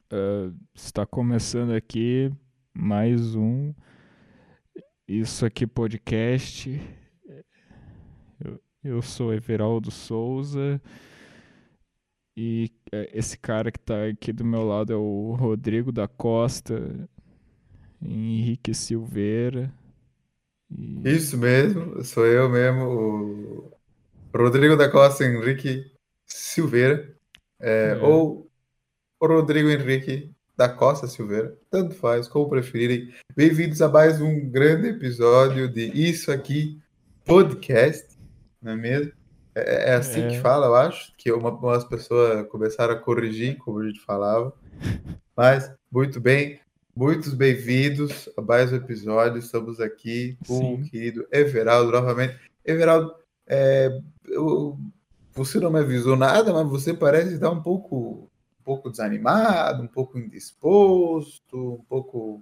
Está começando aqui mais um Isso Aqui Podcast. Eu sou Everaldo Souza e esse cara que está aqui do meu lado é o Rodrigo da Costa, Henrique Silveira. E, Isso mesmo, sou eu mesmo, o Rodrigo da Costa Henrique Silveira, é, ou o Rodrigo Henrique da Costa Silveira, tanto faz, como preferirem. Bem-vindos a mais um grande episódio de Isso Aqui Podcast, não é mesmo? É assim que é, fala, eu acho, que umas pessoas começaram a corrigir como a gente falava. Mas, muito bem, muitos bem-vindos a mais um episódio. Estamos aqui com o sim. querido Everaldo novamente. Everaldo, eu- você não me avisou nada, mas você parece estar um pouco desanimado, um pouco indisposto, um pouco.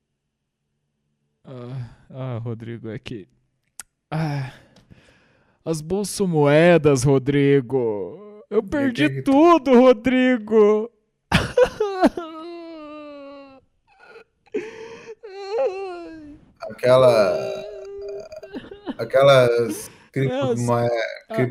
Rodrigo, é que. Ah, as bolsomoedas, Rodrigo! Eu perdi que- tudo, Rodrigo! Aquela, aquelas As, a-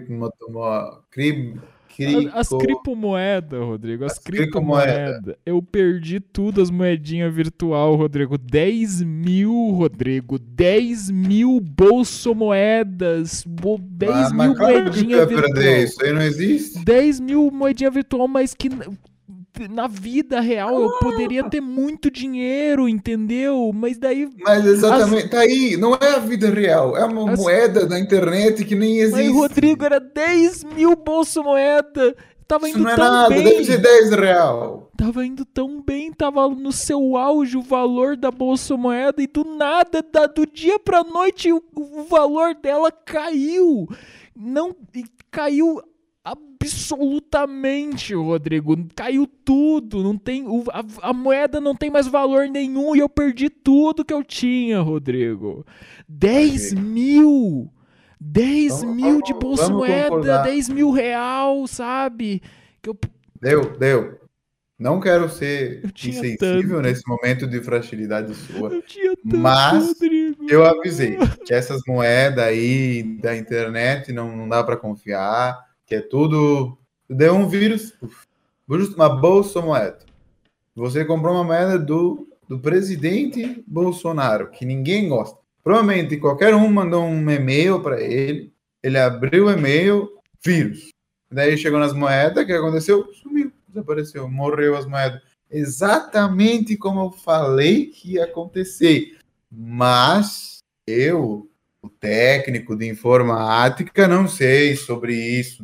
as criptomoedas, Rodrigo, as as criptomoedas. criptomoedas. Eu perdi tudo as moedinhas virtual, Rodrigo. 10 mil, Rodrigo. 10 mil bolsomoedas. 10 mil Mas claro que tu moedinha ia perder virtual. isso aí, não existe. 10 mil moedinha virtual, mas que na vida real eu poderia ter muito dinheiro, entendeu? Mas daí Mas as, exatamente, tá aí, não é a vida real, é uma as moeda da internet que nem Mas, Rodrigo, existe. era 10 mil bolsa moeda. Tava Isso indo não é tão nada, deve ser bem. 10 real. Tava indo tão bem. Tava no seu auge o valor da bolsa moeda. E do nada, do dia pra noite, o valor dela caiu. Não, caiu absolutamente, Rodrigo. Caiu tudo. Não tem, a moeda não tem mais valor nenhum. E eu perdi tudo que eu tinha, Rodrigo. 10 Ok, mil. 10 vamos, mil de vamos, bolsa vamos moeda, concordar. 10 mil real, sabe? Que Deu. Não quero eu ser tinha insensível tanto. nesse momento de fragilidade sua, Eu tinha tanto, mas eu Rodrigo. avisei que essas moedas aí da internet não dá para confiar, que é tudo. Deu um vírus, justo uma bolsa moeda. Você comprou uma moeda do presidente Bolsonaro, que ninguém gosta. Provavelmente qualquer um mandou um e-mail para ele, ele abriu o e-mail, vírus. Daí chegou nas moedas, o que aconteceu? Sumiu, desapareceu, morreu as moedas. Exatamente como eu falei que ia acontecer. Mas eu, o técnico de informática, não sei sobre isso.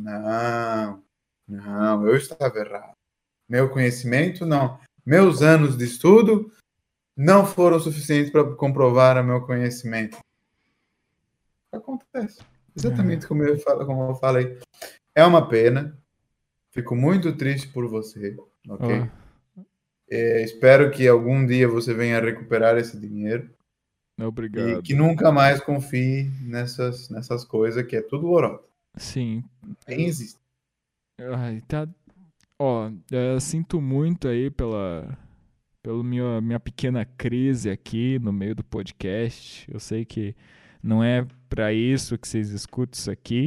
Não, eu estava errado. Meu conhecimento, não. Meus anos de estudo não foram suficientes para comprovar o meu conhecimento. Acontece. Exatamente como eu falei. É uma pena. Fico muito triste por você, Ó, ok? Espero que algum dia você venha recuperar esse dinheiro e que obrigado. nunca mais confie nessas coisas que é tudo lorota. Sim, Nem eu. existe. Ai, tá. Ó, sinto muito aí pela minha pequena crise aqui no meio do podcast. Eu sei que não é pra isso que vocês escutam isso aqui.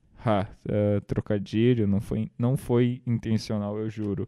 Trocadilho, não foi intencional, eu juro.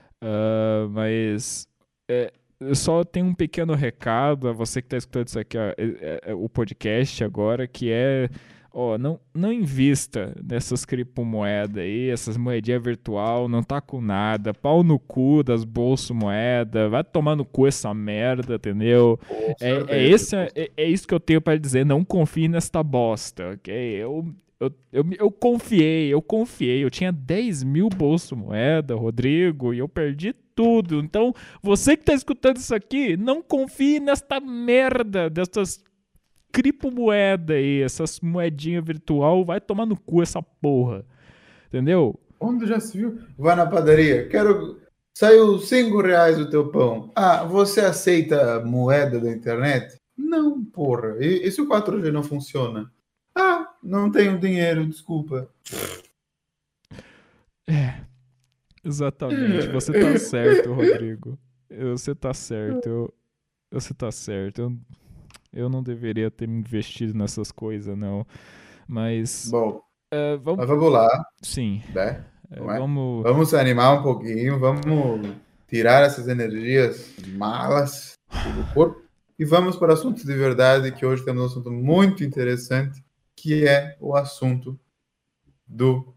Mas eu só tenho um pequeno recado a você que está escutando isso aqui, ó, o podcast agora, que é, ó, não invista nessas criptomoedas aí, essas moedinhas virtual, não tá com nada, pau no cu das bolsas moeda, vai tomar no cu essa merda, entendeu? Com É, é, certeza. esse, é isso que eu tenho para dizer, não confie nesta bosta, ok? Eu confiei. Eu tinha 10 mil bolso moeda, Rodrigo, e eu perdi tudo. Então, você que tá escutando isso aqui, não confie nesta merda dessas criptomoedas aí, essas moedinhas virtual. Vai tomar no cu essa porra. Entendeu? Onde já se viu? Vai na padaria. Quero. Saiu 5 reais o teu pão. Ah, você aceita moeda da internet? Não, porra. E se o 4G não funciona? Ah, não tenho dinheiro, desculpa. É. Exatamente, você tá certo, Rodrigo. Você tá certo, você tá certo. Eu não deveria ter me investido nessas coisas, não. Mas, Bom, vamos. mas vamos lá, Sim, né? Não é? vamos. Vamos se animar um pouquinho, vamos tirar essas energias malas do corpo e vamos para o assunto de verdade, que hoje temos um assunto muito interessante, que é o assunto do,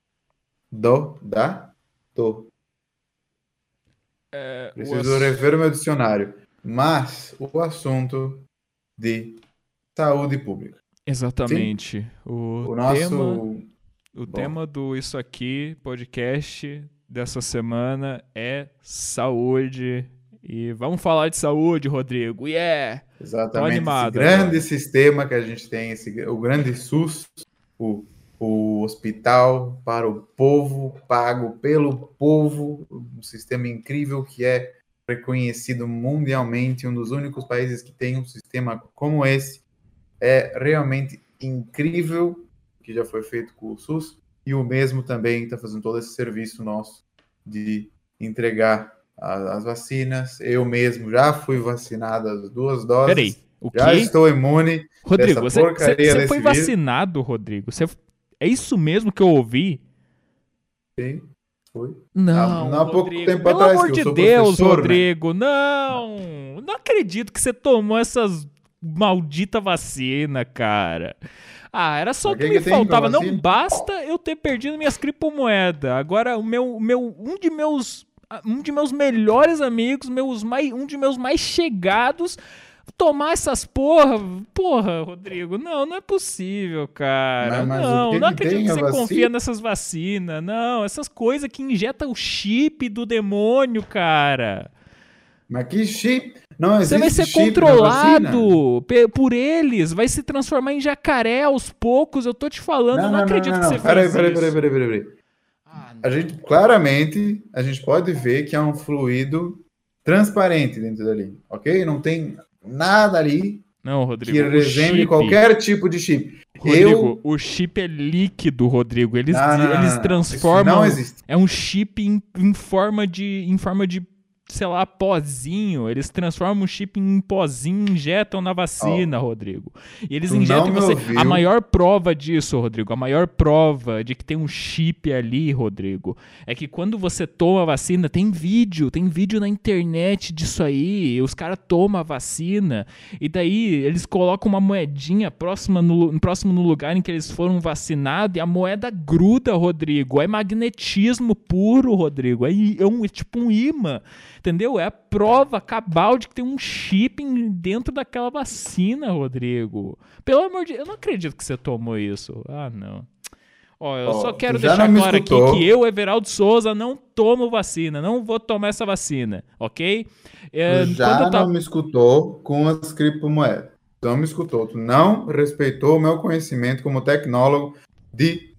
do. O Preciso rever o meu dicionário. Mas o assunto de saúde pública. Sim? Exatamente. O O tema, nosso. o Bom, tema do Isso Aqui podcast dessa semana é saúde. E vamos falar de saúde, Rodrigo. Yeah! Tô exatamente esse animado grande agora. sistema que a gente tem, o grande SUS, o, o hospital para o povo, pago pelo povo, um sistema incrível que é reconhecido mundialmente, um dos únicos países que tem um sistema como esse. É realmente incrível que já foi feito com o SUS e o mesmo também está fazendo todo esse serviço nosso de entregar as vacinas. Eu mesmo já fui vacinado as 2 Peraí, doses, o já quê? estou imune Rodrigo, dessa porcaria você foi desse vírus. vacinado, Rodrigo? É isso mesmo que eu ouvi? Sim, foi. Não, Há pouco Rodrigo, tempo pelo atrás, amor que eu de sou Deus, professor, né? Rodrigo, não! Não acredito que você tomou essas maldita vacina, cara. Ah, era só Mas o que o me que tem com a faltava. Não vacina? basta eu ter perdido minhas criptomoedas. Agora, um de meus melhores amigos, um de meus mais chegados, tomar essas porra, Rodrigo, não é possível, cara. Mas o Não que acredito tem que a você confia vacina? nessas vacinas. Não, essas coisas que injetam o chip do demônio, cara. Mas que chip? Não Você vai existe ser chip na vacina? controlado por eles, vai se transformar em jacaré aos poucos. Eu tô te falando, eu Não, não não, não, acredito não, que você não. Peraí, fez peraí, peraí, isso. peraí, peraí. Ah, A gente, claramente, a gente pode ver que é um fluido transparente dentro dali, ok? Não tem nada ali não, que Rodrigo, resemble qualquer tipo de chip. Rodrigo, Eu... o chip é líquido, Rodrigo. Não, não, Eles não, não, não. Isso não transformam. existe. É um chip em forma de, sei lá, pozinho. Eles transformam o chip em pozinho e injetam na vacina, Ó, Rodrigo. E eles tu não injetam em me você. A ouviu. maior prova disso, Rodrigo, a maior prova de que tem um chip ali, Rodrigo, é que quando você toma a vacina, tem vídeo na internet disso aí. Os caras tomam a vacina e daí eles colocam uma moedinha próximo no lugar em que eles foram vacinados e a moeda gruda, Rodrigo. É magnetismo puro, Rodrigo. É tipo um imã, entendeu? É a prova cabal de que tem um chip dentro daquela vacina, Rodrigo. Pelo amor de Deus, eu não acredito que você tomou isso. Ah, não. Ó, eu só Ó, tu quero já não deixar me claro aqui que escutou. eu, Everaldo Souza, não tomo vacina. Não vou tomar essa vacina, ok? Tu Quando eu já não tava... me escutou com as criptomoedas. Tu não me escutou. Tu não respeitou o meu conhecimento como tecnólogo de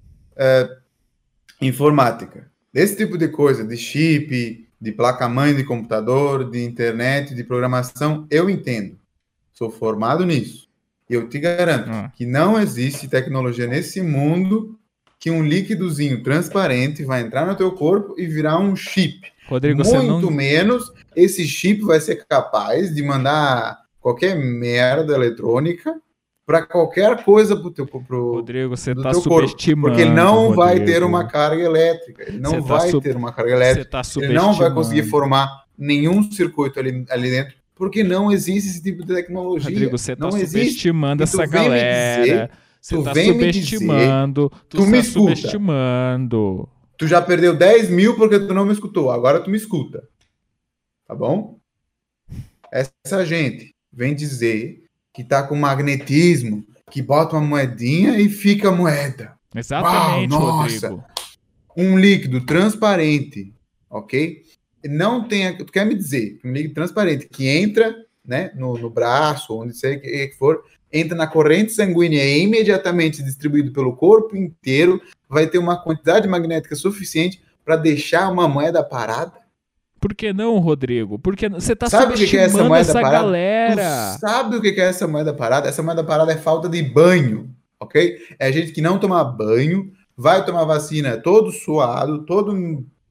informática. Desse tipo de coisa, de chip, de placa-mãe de computador, de internet, de programação, eu entendo. Sou formado nisso. E eu te garanto Ah, que não existe tecnologia nesse mundo que um líquidozinho transparente vai entrar no teu corpo e virar um chip. Rodrigo, você Muito não... menos esse chip vai ser capaz de mandar qualquer merda eletrônica para qualquer coisa Rodrigo, você do tá teu corpo, porque ele subestimando, não vai ter uma Rodrigo. carga elétrica, ele Você não tá, vai ter uma carga você elétrica, tá ele não vai conseguir subestimando. formar nenhum circuito ali dentro, porque não existe esse tipo de tecnologia, Rodrigo, você tá não existe. subestimando E essa galera. Você tu tá vem me dizer, subestimando. Tu tu me tá escuta, subestimando. tu já perdeu 10 mil porque tu não me escutou, agora tu me escuta, tá bom? Essa gente vem dizer que tá com magnetismo, que bota uma moedinha e fica moeda. Uau, Exatamente, nossa! Rodrigo. Um líquido transparente, ok? Não tem. Tu quer me dizer que um líquido transparente que entra, né, no braço, onde sei que for, entra na corrente sanguínea e é imediatamente distribuído pelo corpo inteiro, vai ter uma quantidade magnética suficiente para deixar uma moeda parada? Por que não, Rodrigo? Porque você tá Sabe o que é essa subestimando moeda essa parada? galera. Tu sabe o que é essa moeda parada? Essa moeda parada é falta de banho, ok? É gente que não toma banho, vai tomar vacina todo suado, todo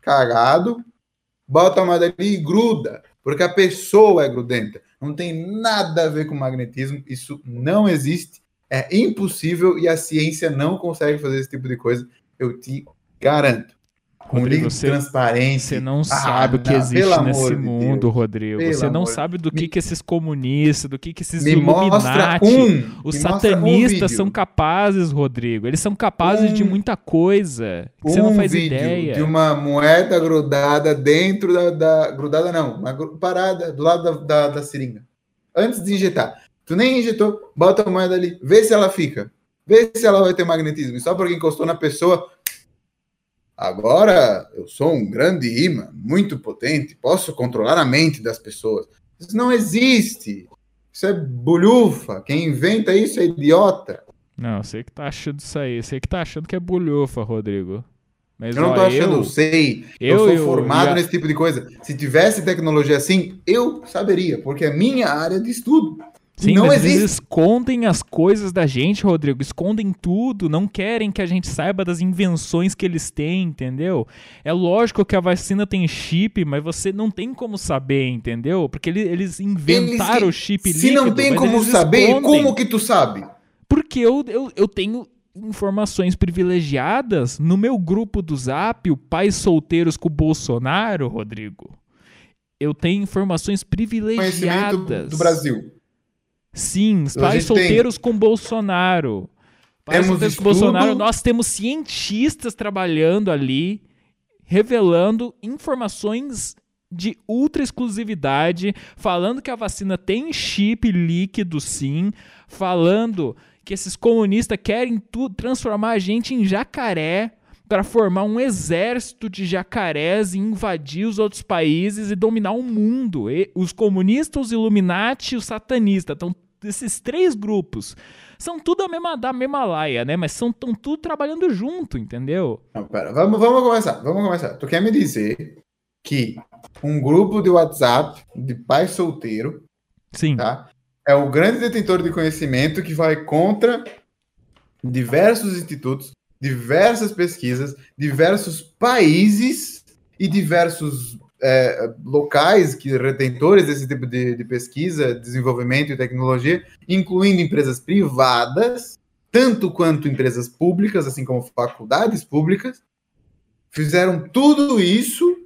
cagado, bota a moeda ali e gruda, porque a pessoa é grudenta. Não tem nada a ver com magnetismo, isso não existe, é impossível e a ciência não consegue fazer esse tipo de coisa, eu te garanto. Com Rodrigo, líquido transparente. você não sabe o que existe nesse mundo, Rodrigo. Você não sabe do que esses comunistas, do que esses Illuminati, os satanistas são capazes, Rodrigo. Eles são capazes de muita coisa. Você não faz ideia. De uma moeda grudada dentro grudada não, uma parada do lado da seringa. Antes de injetar. Tu nem injetou, bota a moeda ali, vê se ela fica. Vê se ela vai ter magnetismo. E só porque encostou na pessoa... Agora eu sou um grande imã, muito potente, posso controlar a mente das pessoas. Isso não existe. Isso é bulhufa. Quem inventa isso é idiota. Não, você que tá achando isso aí. Você que tá achando que é bulhufa, Rodrigo. Mas, eu não tô achando, eu sei. Eu sou formado nesse tipo de coisa. Se tivesse tecnologia assim, eu saberia, porque é minha área de estudo. Sim, não mas eles escondem as coisas da gente, Rodrigo, escondem tudo, não querem que a gente saiba das invenções que eles têm, entendeu? É lógico que a vacina tem chip, mas você não tem como saber, entendeu? Porque eles inventaram o chip líquido. Se não tem como saber, escondem. Como que tu sabe? Porque eu tenho informações privilegiadas no meu grupo do Zap, o Pais Solteiros com o Bolsonaro, Rodrigo. Eu tenho informações privilegiadas. Conhecimento do Brasil. Sim, pais solteiros com Bolsonaro. Pais solteiros com Bolsonaro, nós temos cientistas trabalhando ali, revelando informações de ultra exclusividade, falando que a vacina tem chip líquido sim, falando que esses comunistas querem transformar a gente em jacaré para formar um exército de jacarés e invadir os outros países e dominar o mundo. E os comunistas, os Illuminati e os satanistas. Então, esses três grupos são tudo da mesma laia, né? Mas estão tudo trabalhando junto, entendeu? Não, pera, vamos começar. Tu quer me dizer que um grupo de WhatsApp de pai solteiro, sim, tá? É o grande detentor de conhecimento que vai contra diversos institutos, diversas pesquisas, diversos países e diversos locais que retentores desse tipo de pesquisa, desenvolvimento e tecnologia, incluindo empresas privadas, tanto quanto empresas públicas, assim como faculdades públicas, fizeram tudo isso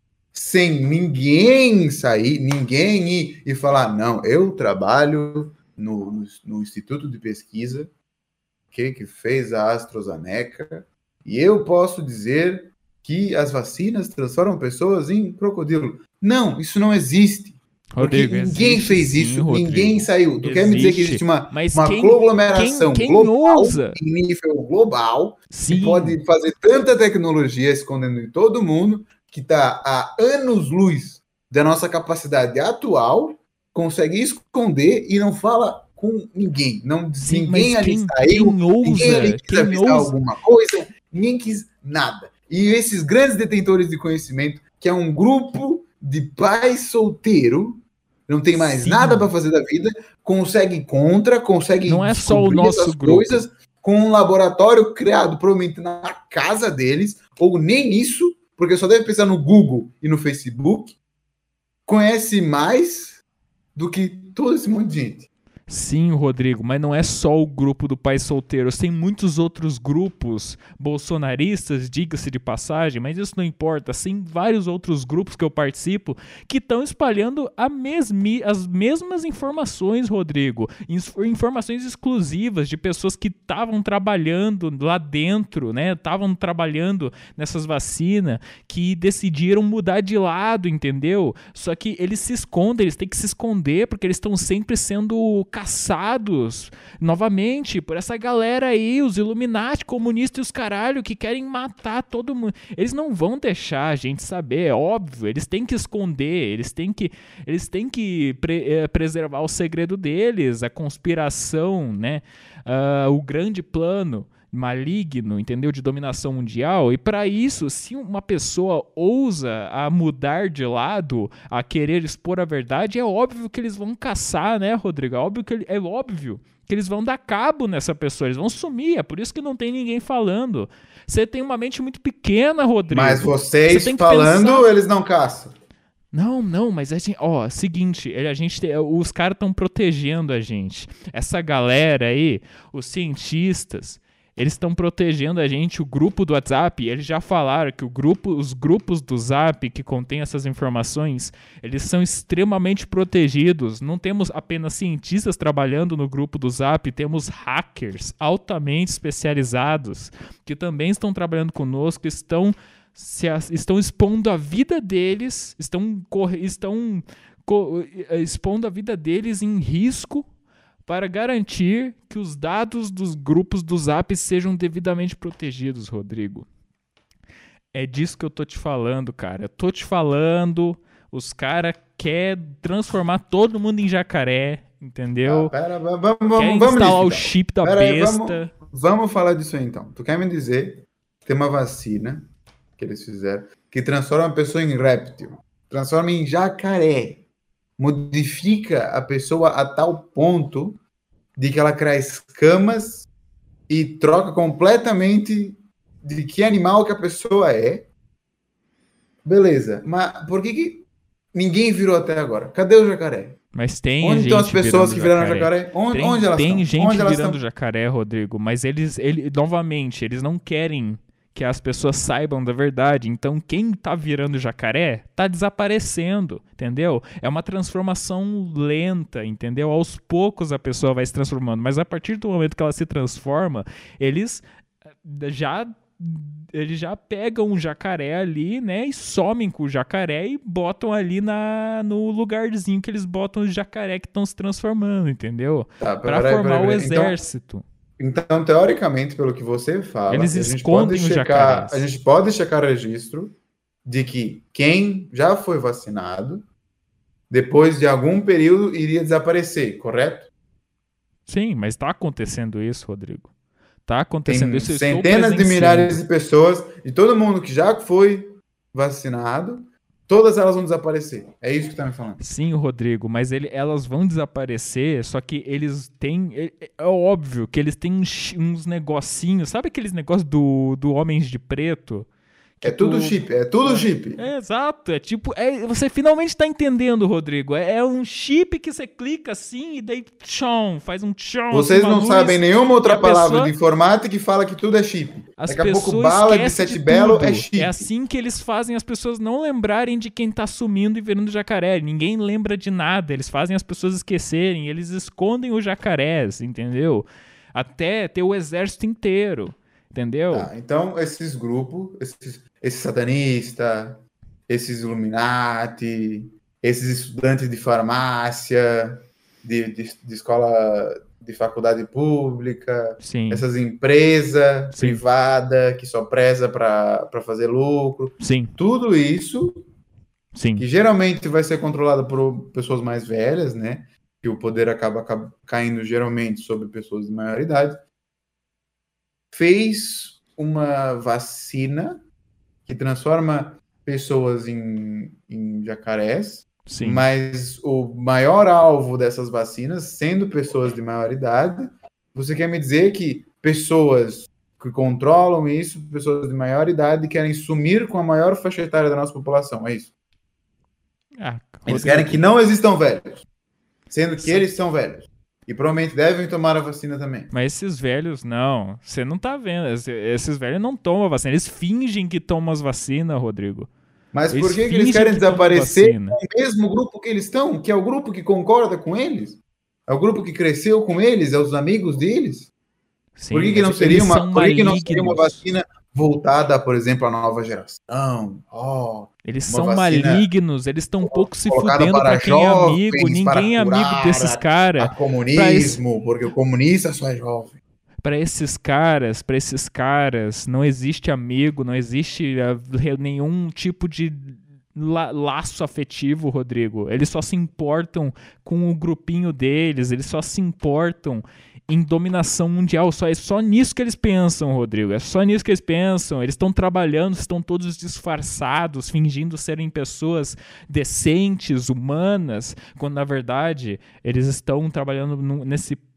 sem ninguém sair, ninguém ir e falar, não, eu trabalho no Instituto de Pesquisa que fez a AstraZeneca e eu posso dizer que as vacinas transformam pessoas em crocodilo. Não, isso não existe. Rodrigo, porque ninguém fez isso, Rodrigo. Ninguém saiu. Tu quer me dizer que existe uma quem, conglomeração quem global, ousa? em nível global, Sim. que pode fazer tanta tecnologia escondendo em todo mundo, que está a anos-luz da nossa capacidade atual, consegue esconder e não fala com ninguém. Sim, ninguém ali saiu, ninguém ali quis avisar alguma coisa, ninguém quis nada. E esses grandes detentores de conhecimento, que é um grupo de pais solteiro, não tem mais nada para fazer da vida, consegue não é só o nosso grupo, coisas com um laboratório criado provavelmente na casa deles, ou nem isso, porque só deve pensar no Google e no Facebook, conhece mais do que todo esse monte de gente. Sim, Rodrigo, mas não é só o grupo do Pais Solteiros, tem muitos outros grupos bolsonaristas, diga-se de passagem, mas isso não importa, tem vários outros grupos que eu participo que estão espalhando as mesmas informações, Rodrigo, informações exclusivas de pessoas que estavam trabalhando lá dentro, né, estavam trabalhando nessas vacinas, que decidiram mudar de lado, entendeu? Só que eles se escondem, eles têm que se esconder porque eles estão sempre sendo caçados novamente por essa galera aí, os Illuminati, comunistas e os caralho que querem matar todo mundo. Eles não vão deixar a gente saber, é óbvio, eles têm que esconder, eles têm que preservar o segredo deles, a conspiração, né? O grande plano maligno, entendeu? De dominação mundial. E para isso, se uma pessoa ousa a mudar de lado, a querer expor a verdade, é óbvio que eles vão caçar, né, Rodrigo? É óbvio que eles vão dar cabo nessa pessoa, eles vão sumir, é por isso que não tem ninguém falando. Você tem uma mente muito pequena, Rodrigo. Mas vocês tem que falando, pensar... eles não caçam. Não, mas assim, seguinte, os caras estão protegendo a gente. Essa galera aí, os cientistas, eles estão protegendo a gente. O grupo do WhatsApp, eles já falaram que os grupos do Zap que contêm essas informações, eles são extremamente protegidos. Não temos apenas cientistas trabalhando no grupo do Zap, temos hackers altamente especializados que também estão trabalhando conosco, estão expondo a vida deles, estão expondo a vida deles em risco para garantir que os dados dos grupos do Zap sejam devidamente protegidos, Rodrigo. É disso que eu tô te falando, cara. Eu tô te falando, os caras querem transformar todo mundo em jacaré, entendeu? Vamos instalar o chip da besta. Vamos falar disso aí, então. Tu quer me dizer que tem uma vacina que eles fizeram que transforma a pessoa em réptil, transforma em jacaré, modifica a pessoa a tal ponto de que ela cria escamas e troca completamente de que animal que a pessoa é. Beleza, mas por que ninguém virou até agora? Cadê o jacaré? Mas tem onde gente estão as pessoas que viraram jacaré? Onde elas estão? Tem gente virando jacaré, Rodrigo, mas eles novamente, eles não querem que as pessoas saibam da verdade. Então, quem tá virando jacaré tá desaparecendo, entendeu? É uma transformação lenta, entendeu? Aos poucos a pessoa vai se transformando, mas a partir do momento que ela se transforma, eles já pegam o jacaré ali, né, e somem com o jacaré e botam ali no lugarzinho que eles botam os jacaré que estão se transformando, entendeu? Para formar o exército. Então, teoricamente, pelo que você fala, eles escondem o jacaré. A gente pode checar registro de que quem já foi vacinado, depois de algum período, iria desaparecer, correto? Sim, mas está acontecendo isso, Rodrigo. Está acontecendo isso. Centenas de milhares de pessoas, e todo mundo que já foi vacinado, todas elas vão desaparecer. É isso que tá me falando. Sim, Rodrigo, mas elas vão desaparecer, só que eles têm... É óbvio que eles têm uns negocinhos. Sabe aqueles negócios do Homens de Preto? É tudo chip, é tudo chip. Exato, é tipo... você finalmente tá entendendo, Rodrigo. É um chip que você clica assim e daí faz um tchom. Vocês não sabem nenhuma outra palavra de informática que fala que tudo é chip. Daqui a pouco bala de sete belo é chip. É assim que eles fazem as pessoas não lembrarem de quem tá sumindo e virando jacaré. Ninguém lembra de nada. Eles fazem as pessoas esquecerem. Eles escondem os jacarés, entendeu? Até ter o exército inteiro. Entendeu? Então, esses grupos, esses satanistas, esses Illuminati, esses estudantes de farmácia, de escola, de faculdade pública, Sim. essas empresas privadas que só preza para fazer lucro, Sim. Tudo isso, Sim. que geralmente vai ser controlado por pessoas mais velhas, né? Que o poder acaba caindo geralmente sobre pessoas de maior idade, fez uma vacina que transforma pessoas em jacarés, Sim. Mas o maior alvo dessas vacinas, sendo pessoas de maior idade, você quer me dizer que pessoas que controlam isso, pessoas de maior idade, querem sumir com a maior faixa etária da nossa população, é isso? Eles querem que não existam velhos, sendo que eles são velhos. E provavelmente devem tomar a vacina também. Mas esses velhos, não. Você não tá vendo. Esses velhos não tomam a vacina. Eles fingem que tomam as vacinas, Rodrigo. Mas por que eles querem desaparecer no mesmo grupo que eles estão? Que é o grupo que concorda com eles? É o grupo que cresceu com eles? É os amigos deles? Sim, por que não seria uma vacina voltada, por exemplo, à nova geração? Eles são malignos, eles estão um pouco se fudendo para quem é amigo. Ninguém é amigo desses caras. Comunismo, porque o comunista só é jovem. Para esses caras, não existe amigo, não existe nenhum tipo de laço afetivo, Rodrigo. Eles só se importam com o grupinho deles, eles só se importam em dominação mundial. É só nisso que eles pensam, Rodrigo. É só nisso que eles pensam. Eles estão trabalhando, estão todos disfarçados, fingindo serem pessoas decentes, humanas, quando na verdade eles estão trabalhando nesse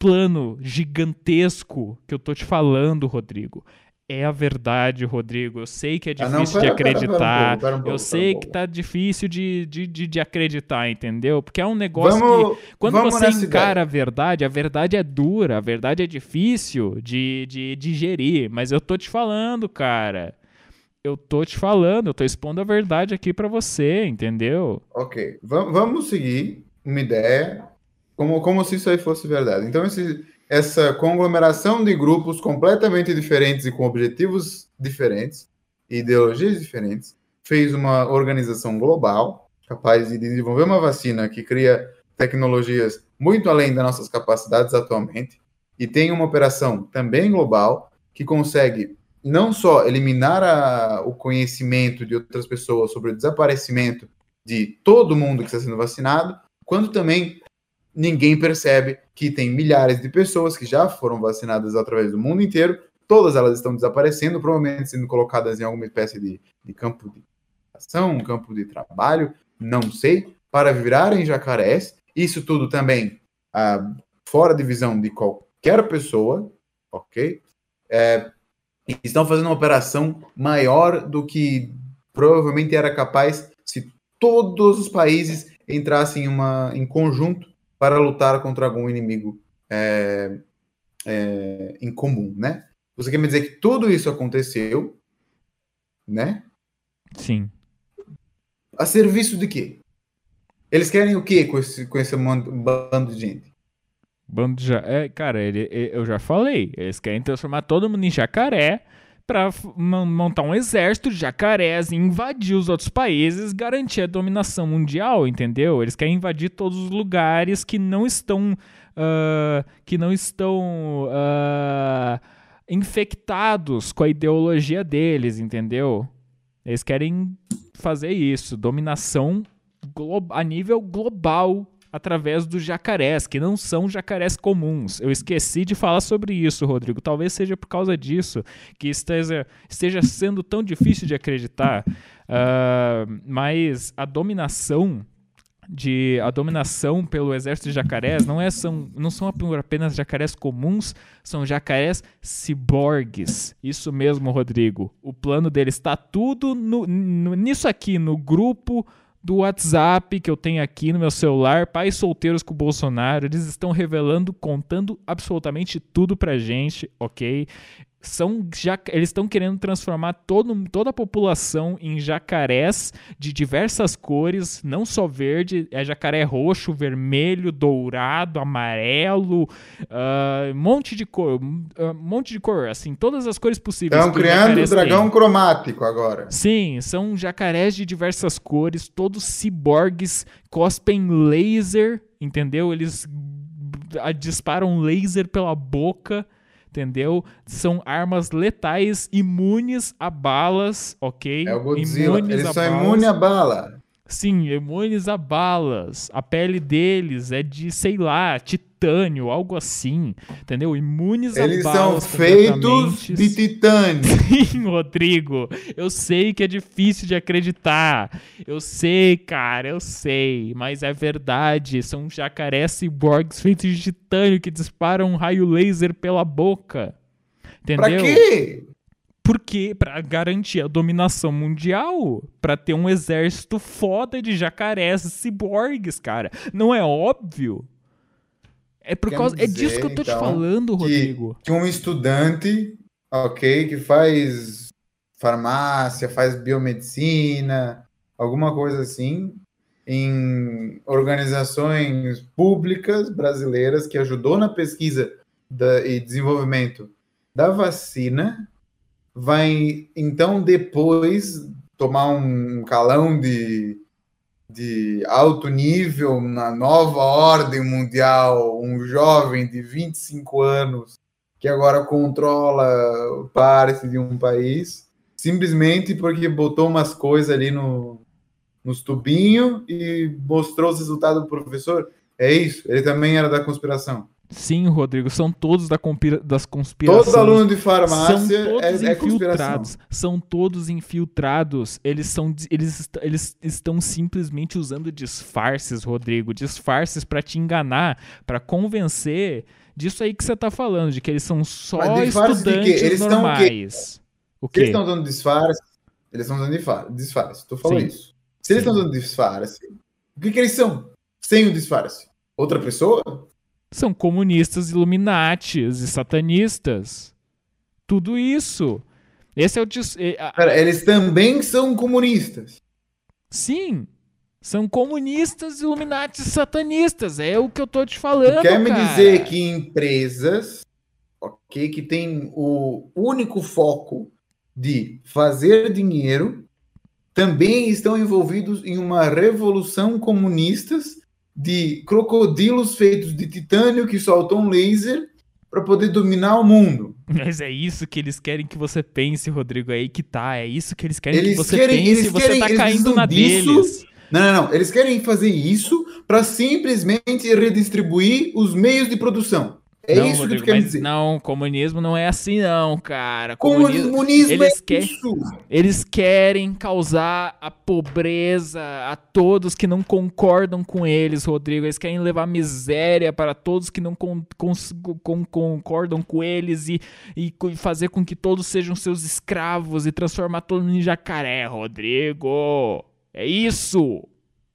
plano gigantesco que eu tô te falando, Rodrigo. É a verdade, Rodrigo. Eu sei que é difícil de acreditar. Eu sei que tá difícil de acreditar, entendeu? Porque é um negócio que, quando você encara a verdade é dura, a verdade é difícil de digerir. Mas eu tô te falando, cara. Eu tô expondo a verdade aqui pra você, entendeu? Ok, vamos seguir uma ideia como se isso aí fosse verdade. Então, essa conglomeração de grupos completamente diferentes e com objetivos diferentes, ideologias diferentes, fez uma organização global capaz de desenvolver uma vacina que cria tecnologias muito além das nossas capacidades atualmente e tem uma operação também global que consegue não só eliminar o conhecimento de outras pessoas sobre o desaparecimento de todo mundo que está sendo vacinado, quanto também ninguém percebe que tem milhares de pessoas que já foram vacinadas através do mundo inteiro, todas elas estão desaparecendo, provavelmente sendo colocadas em alguma espécie de campo de ação, um campo de trabalho, não sei, para virarem jacarés. Isso tudo também fora de visão de qualquer pessoa, ok? Estão fazendo uma operação maior do que provavelmente era capaz se todos os países entrassem em conjunto para lutar contra algum inimigo em comum, né? Você quer me dizer que tudo isso aconteceu, né? Sim. A serviço de quê? Eles querem o quê com esse bando de gente? Cara, eu já falei. Eles querem transformar todo mundo em jacaré pra montar um exército de jacarés e invadir os outros países, garantir a dominação mundial, entendeu? Eles querem invadir todos os lugares que não estão infectados com a ideologia deles, entendeu? Eles querem fazer isso, dominação a nível global através dos jacarés, que não são jacarés comuns. Eu esqueci de falar sobre isso, Rodrigo. Talvez seja por causa disso que esteja sendo tão difícil de acreditar. Mas a dominação pelo exército de jacarés não são apenas jacarés comuns, são jacarés ciborgues. Isso mesmo, Rodrigo. O plano deles está tudo nisso aqui, no grupo do WhatsApp que eu tenho aqui no meu celular, pais solteiros com o Bolsonaro. Eles estão revelando, contando absolutamente tudo pra gente, ok? Eles estão querendo transformar toda a população em jacarés de diversas cores, não só verde, é jacaré roxo, vermelho, dourado, amarelo, um monte de cor, assim, todas as cores possíveis. Estão criando o dragão cromático agora. Sim, são jacarés de diversas cores, todos ciborgues, cospem laser, entendeu? Eles disparam laser pela boca, entendeu? São armas letais, imunes a balas, ok? É o Godzilla. Eles são imunes a bala. Sim, imunes a balas. A pele deles é de, sei lá, titânio, algo assim, entendeu? Imunes a balas. Eles são feitos de titânio. Sim, Rodrigo. Eu sei que é difícil de acreditar. Eu sei, cara, eu sei. Mas é verdade. São jacarés ciborgues feitos de titânio que disparam um raio laser pela boca. Entendeu? Pra quê? Porque pra garantir a dominação mundial, pra ter um exército foda de jacarés ciborgues, cara. Não é óbvio? É disso que eu tô te falando, Rodrigo. Que um estudante, ok, que faz farmácia, faz biomedicina, alguma coisa assim, em organizações públicas brasileiras que ajudou na pesquisa e desenvolvimento da vacina, vai, então, depois tomar um calão de alto nível na nova ordem mundial, um jovem de 25 anos que agora controla parte de um país, simplesmente porque botou umas coisas ali nos tubinhos e mostrou os resultados do professor. É isso? Ele também era da conspiração. Sim, Rodrigo, são todos das conspirações. Todo aluno de farmácia é conspiração. São todos infiltrados. Eles estão simplesmente usando disfarces, Rodrigo. Disfarces para te enganar, para convencer Disso aí que você tá falando, de que eles são só Mas disfarce de quê? estudantes Eles estão o quê? normais. O Se eles quê? estão dando disfarce, eles estão dando disfarce. Tu falou Sim. isso. Se eles Sim. estão dando disfarce, o que eles são? Sem o disfarce? Outra pessoa? São comunistas, iluminatis e satanistas. Tudo isso. Esse é o... Pera, eles também são comunistas. Sim. São comunistas, iluminatis e satanistas. É o que eu tô te falando, Tu quer me cara. dizer que empresas, ok, que tem o único foco de fazer dinheiro, também estão envolvidos em uma revolução comunistas de crocodilos feitos de titânio que soltam um laser para poder dominar o mundo? Mas é isso que eles querem que você pense, Rodrigo. É aí que tá. É isso que eles querem que Eles você querem- pense. eles Você querem- tá eles caindo precisam na disso. deles. Não. Eles querem fazer isso para simplesmente redistribuir os meios de produção. É Não, isso Rodrigo, que tu quer me mas dizer. não, comunismo não é assim não, cara. Comunismo eles é querem, isso. eles querem causar a pobreza a todos que não concordam com eles, Rodrigo. Eles querem levar miséria para todos que não concordam com eles e fazer com que todos sejam seus escravos e transformar todo mundo em jacaré, Rodrigo. É isso.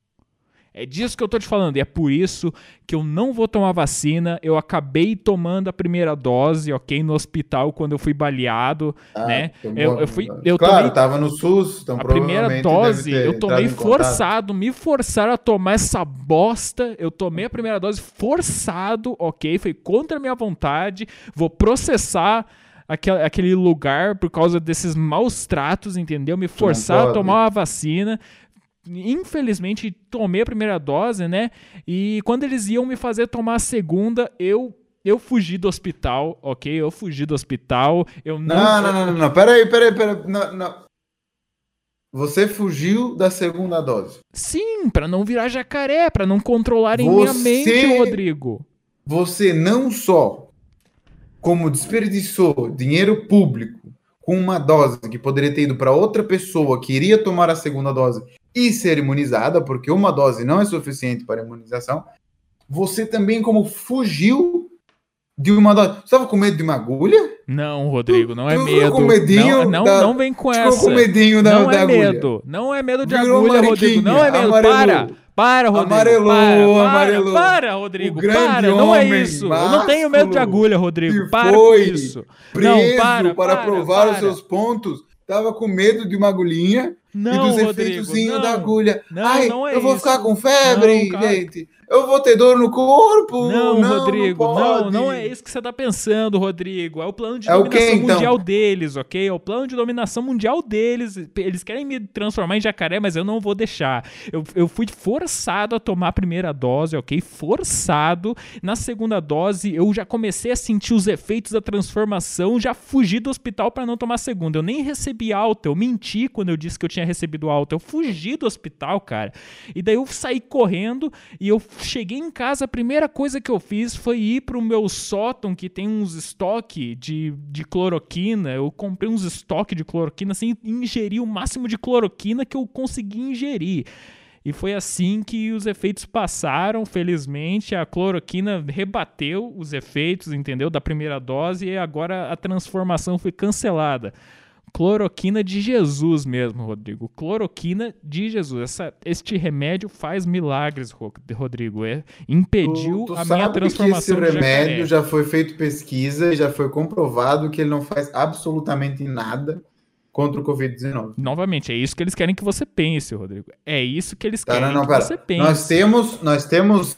É disso que eu tô te falando, e é por isso que eu não vou tomar vacina. Eu acabei tomando a primeira dose, ok, no hospital quando eu fui baleado, né? Eu Claro, tomei tava no SUS, então a primeira provavelmente dose, deve ter eu tomei entrado em contato. forçado, me forçaram a tomar essa bosta. Eu tomei a primeira dose forçado, ok, foi contra a minha vontade. Vou processar aquele lugar por causa desses maus tratos, entendeu? Me forçar a pode. tomar uma vacina. Infelizmente, tomei a primeira dose, né? E quando eles iam me fazer tomar a segunda, eu fugi do hospital, ok? Eu fugi do hospital. Eu Não. Peraí. Não. Você fugiu da segunda dose. Sim, pra não virar jacaré, pra não controlarem minha mente, Rodrigo. Você não só como desperdiçou dinheiro público com uma dose que poderia ter ido para outra pessoa que iria tomar a segunda dose e ser imunizada, porque uma dose não é suficiente para imunização, você também como fugiu de uma dose. Você estava com medo de uma agulha? Não, Rodrigo, não é Tu medo. ficou com medinho Não vem com essa. Ficou com medinho da Não é agulha. medo. Não é medo de Virou agulha, mariquinha, Rodrigo. Não é medo. amarelou. Para, Rodrigo. Amarelou. Para, Rodrigo. O grande Não é homem isso. Eu não tenho medo de másculo agulha, Rodrigo. que Para com foi isso. preso Não, para provar os seus pontos, tava com medo de uma agulhinha e Não, dos Rodrigo, efeitozinhos da agulha. Não, Ai, não é eu vou isso. ficar com febre, Não, cara. gente. Eu vou ter dor no corpo. Não, Rodrigo, não pode. não é isso que você tá pensando, Rodrigo. É o plano de É o dominação quê, então? mundial deles, ok? É o plano de dominação mundial deles. Eles querem me transformar em jacaré, mas eu não vou deixar. Eu fui forçado a tomar a primeira dose, ok? Forçado. Na segunda dose, eu já comecei a sentir os efeitos da transformação, já fugi do hospital para não tomar a segunda. Eu nem recebi alta, eu menti quando eu disse que eu tinha recebido alta. Eu fugi do hospital, cara. E daí eu saí correndo e eu cheguei em casa, a primeira coisa que eu fiz foi ir pro meu sótão, que tem uns estoques de cloroquina. Eu comprei uns estoques de cloroquina, assim, e ingeri o máximo de cloroquina que eu consegui ingerir. E foi assim que os efeitos passaram, felizmente. A cloroquina rebateu os efeitos, entendeu? Da primeira dose, e agora a transformação foi cancelada. Cloroquina de Jesus mesmo, Rodrigo. Cloroquina de Jesus. Este remédio faz milagres, Rodrigo. Impediu Tu a minha transformação que esse de remédio jacaré. já foi feito pesquisa e já foi comprovado que ele não faz absolutamente nada contra o Covid-19. Novamente, é isso que eles querem que você pense, Rodrigo. É isso que eles Tá, querem que pera. você pense. Nós temos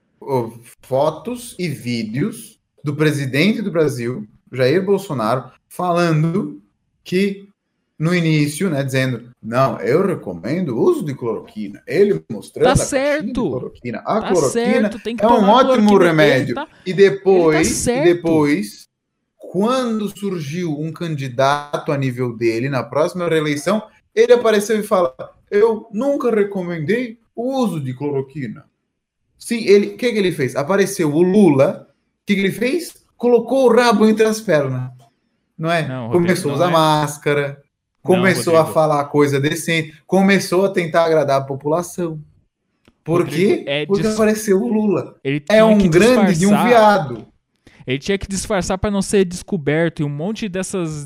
fotos e vídeos do presidente do Brasil, Jair Bolsonaro, falando que no início, né, dizendo, não, eu recomendo o uso de cloroquina. Ele mostrando Tá a caixinha certo. de cloroquina. A Tá cloroquina certo, tem que é um tomar ótimo cloroquina. remédio. E depois, ele tá certo. quando surgiu um candidato a nível dele na próxima reeleição, ele apareceu e fala, eu nunca recomendei o uso de cloroquina. Sim, o que ele fez? Apareceu o Lula, o que ele fez? Colocou o rabo entre as pernas. Não é? Não, Rodrigo, começou a não usar é. máscara, começou Rodrigo. a falar coisa decente, começou a tentar agradar a população. Por Rodrigo, quê? Porque apareceu o Lula. Ele É tinha um que grande de um disfarçar. viado. Ele tinha que disfarçar para não ser descoberto, e um monte dessas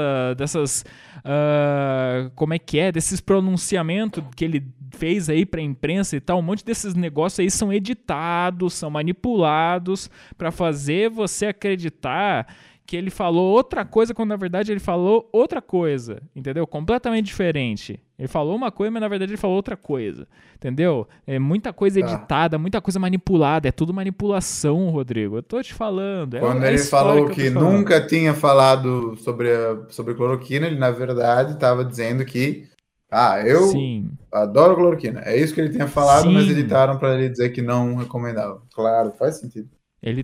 como é que é? Desses pronunciamentos que ele fez aí pra imprensa e tal, um monte desses negócios aí são editados, são manipulados para fazer você acreditar que ele falou outra coisa quando na verdade ele falou outra coisa, entendeu? Completamente diferente. Ele falou uma coisa, mas na verdade ele falou outra coisa, entendeu? É muita coisa editada, muita coisa manipulada, é tudo manipulação, Rodrigo. Eu tô te falando. Quando ele falou que nunca tinha falado sobre cloroquina, ele na verdade estava dizendo que eu adoro cloroquina. É isso que ele tinha falado, mas editaram para ele dizer que não recomendava. Claro, faz sentido. Ele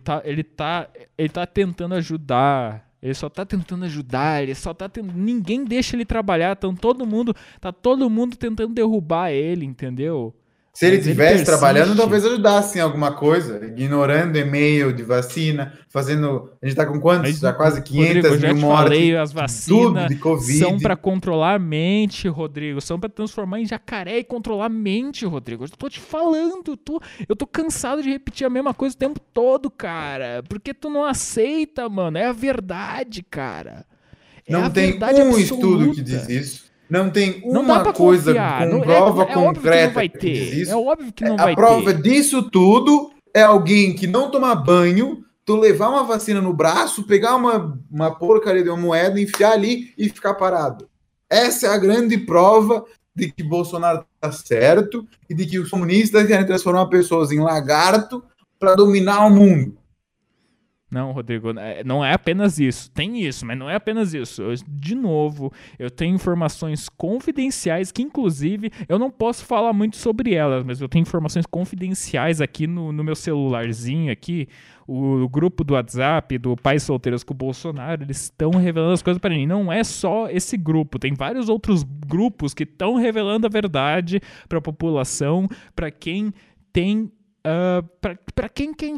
tá tentando ajudar. Ele só tá tentando ajudar. Ninguém deixa ele trabalhar. Todo mundo tentando derrubar ele, entendeu? Se ele estivesse trabalhando, talvez ajudasse em alguma coisa. Ignorando e-mail de vacina, fazendo... A gente tá com quantos? Já quase 500 mil mortes. Falei, as vacinas de Covid. São para controlar a mente, Rodrigo. São para transformar em jacaré e controlar a mente, Rodrigo. Eu tô te falando. Eu tô cansado de repetir a mesma coisa o tempo todo, cara. Porque tu não aceita, mano. É a verdade, cara. Não tem um estudo que diz isso. Não tem uma coisa com prova concreta que diz isso. É óbvio que não vai ter. A prova disso tudo é alguém que não toma banho, tu levar uma vacina no braço, pegar uma porcaria de uma moeda, enfiar ali e ficar parado. Essa é a grande prova de que Bolsonaro tá certo e de que os comunistas querem transformar pessoas em lagarto para dominar o mundo. Não, Rodrigo, não é apenas isso. Tem isso, mas não é apenas isso. De novo, eu tenho informações confidenciais que, inclusive, eu não posso falar muito sobre elas, mas eu tenho informações confidenciais aqui no meu celularzinho aqui. O grupo do WhatsApp do Pais Solteiros com o Bolsonaro, eles estão revelando as coisas para mim. Não é só esse grupo, tem vários outros grupos que estão revelando a verdade para a população, para quem tem... para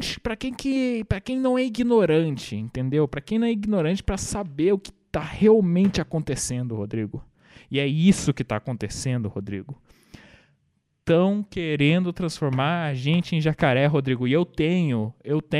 quem não é ignorante, entendeu? Para quem não é ignorante, para saber o que está realmente acontecendo, Rodrigo. E é isso que está acontecendo, Rodrigo. Estão querendo transformar a gente em jacaré, Rodrigo. E eu tenho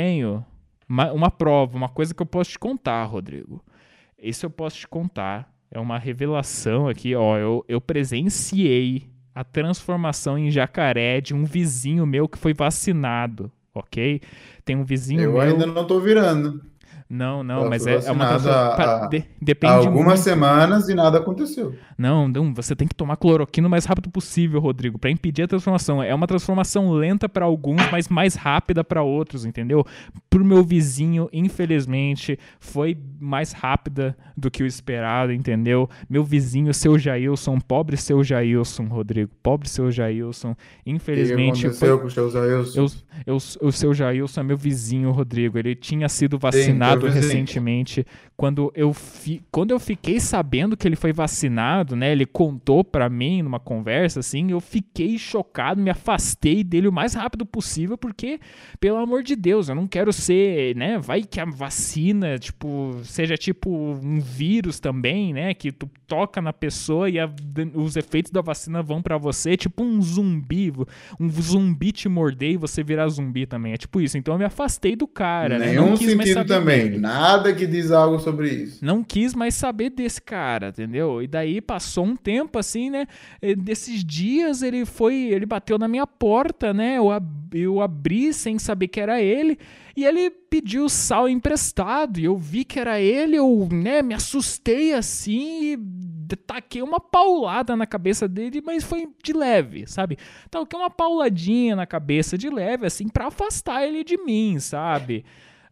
uma prova, uma coisa que eu posso te contar, Rodrigo. Isso eu posso te contar. É uma revelação aqui, ó. Eu presenciei a transformação em jacaré de um vizinho meu que foi vacinado, ok? Tem um vizinho meu... Eu ainda não tô virando. Não, mas é uma transformação... Depende há algumas semanas e nada aconteceu. Não, você tem que tomar cloroquina o mais rápido possível, Rodrigo, para impedir a transformação. É uma transformação lenta para alguns, mas mais rápida para outros, entendeu? Pro meu vizinho, infelizmente, foi mais rápida do que o esperado, entendeu? Meu vizinho, seu Jailson, pobre seu Jailson, Rodrigo, pobre seu Jailson, infelizmente... O que aconteceu com o seu Jailson? O seu Jailson é meu vizinho, Rodrigo, ele tinha sido vacinado recentemente. Quando eu fiquei sabendo que ele foi vacinado, né, ele contou pra mim numa conversa, assim, eu fiquei chocado, me afastei dele o mais rápido possível, porque, pelo amor de Deus, eu não quero ser, né, vai que a vacina, seja um vírus também, né, que tu toca na pessoa e os efeitos da vacina vão pra você, tipo um zumbi te morder e você virar zumbi também, é tipo isso. Então eu me afastei do cara, né, nenhum sentido também, nada que diz algo sobre isso. Não quis mais saber desse cara, entendeu? E daí passou um tempo assim, né? Desses dias ele bateu na minha porta, né? Eu abri sem saber que era ele. E ele pediu sal emprestado. E eu vi que era ele, eu, né, me assustei assim e taquei uma paulada na cabeça dele, mas foi de leve, sabe? Taquei uma pauladinha na cabeça de leve, assim, pra afastar ele de mim, sabe?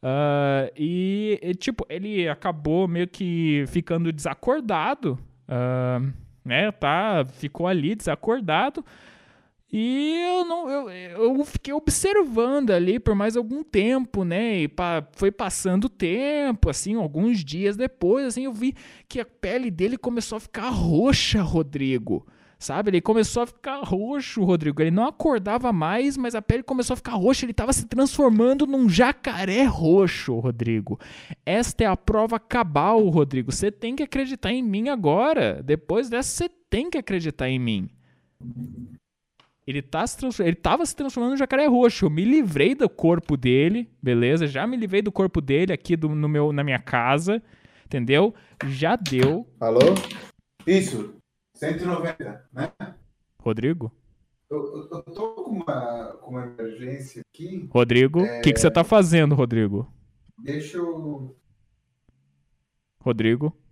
Ele acabou meio que ficando desacordado, né, ficou ali desacordado, e eu fiquei observando ali por mais algum tempo, né, e foi passando o tempo, assim, alguns dias depois, assim, eu vi que a pele dele começou a ficar roxa, Rodrigo. Sabe, ele começou a ficar roxo, Rodrigo. Ele não acordava mais, mas a pele começou a ficar roxa. Ele estava se transformando num jacaré roxo, Rodrigo. Esta é a prova cabal, Rodrigo. Você tem que acreditar em mim agora. Depois dessa, você tem que acreditar em mim. Ele tava se transformando no jacaré roxo. Eu me livrei do corpo dele, beleza? Já me livrei do corpo dele aqui na minha casa, entendeu? Já deu. Falou? Isso, 190, né? Rodrigo? Eu tô com uma emergência aqui. Rodrigo? O que você tá fazendo, Rodrigo? Deixa eu. Rodrigo?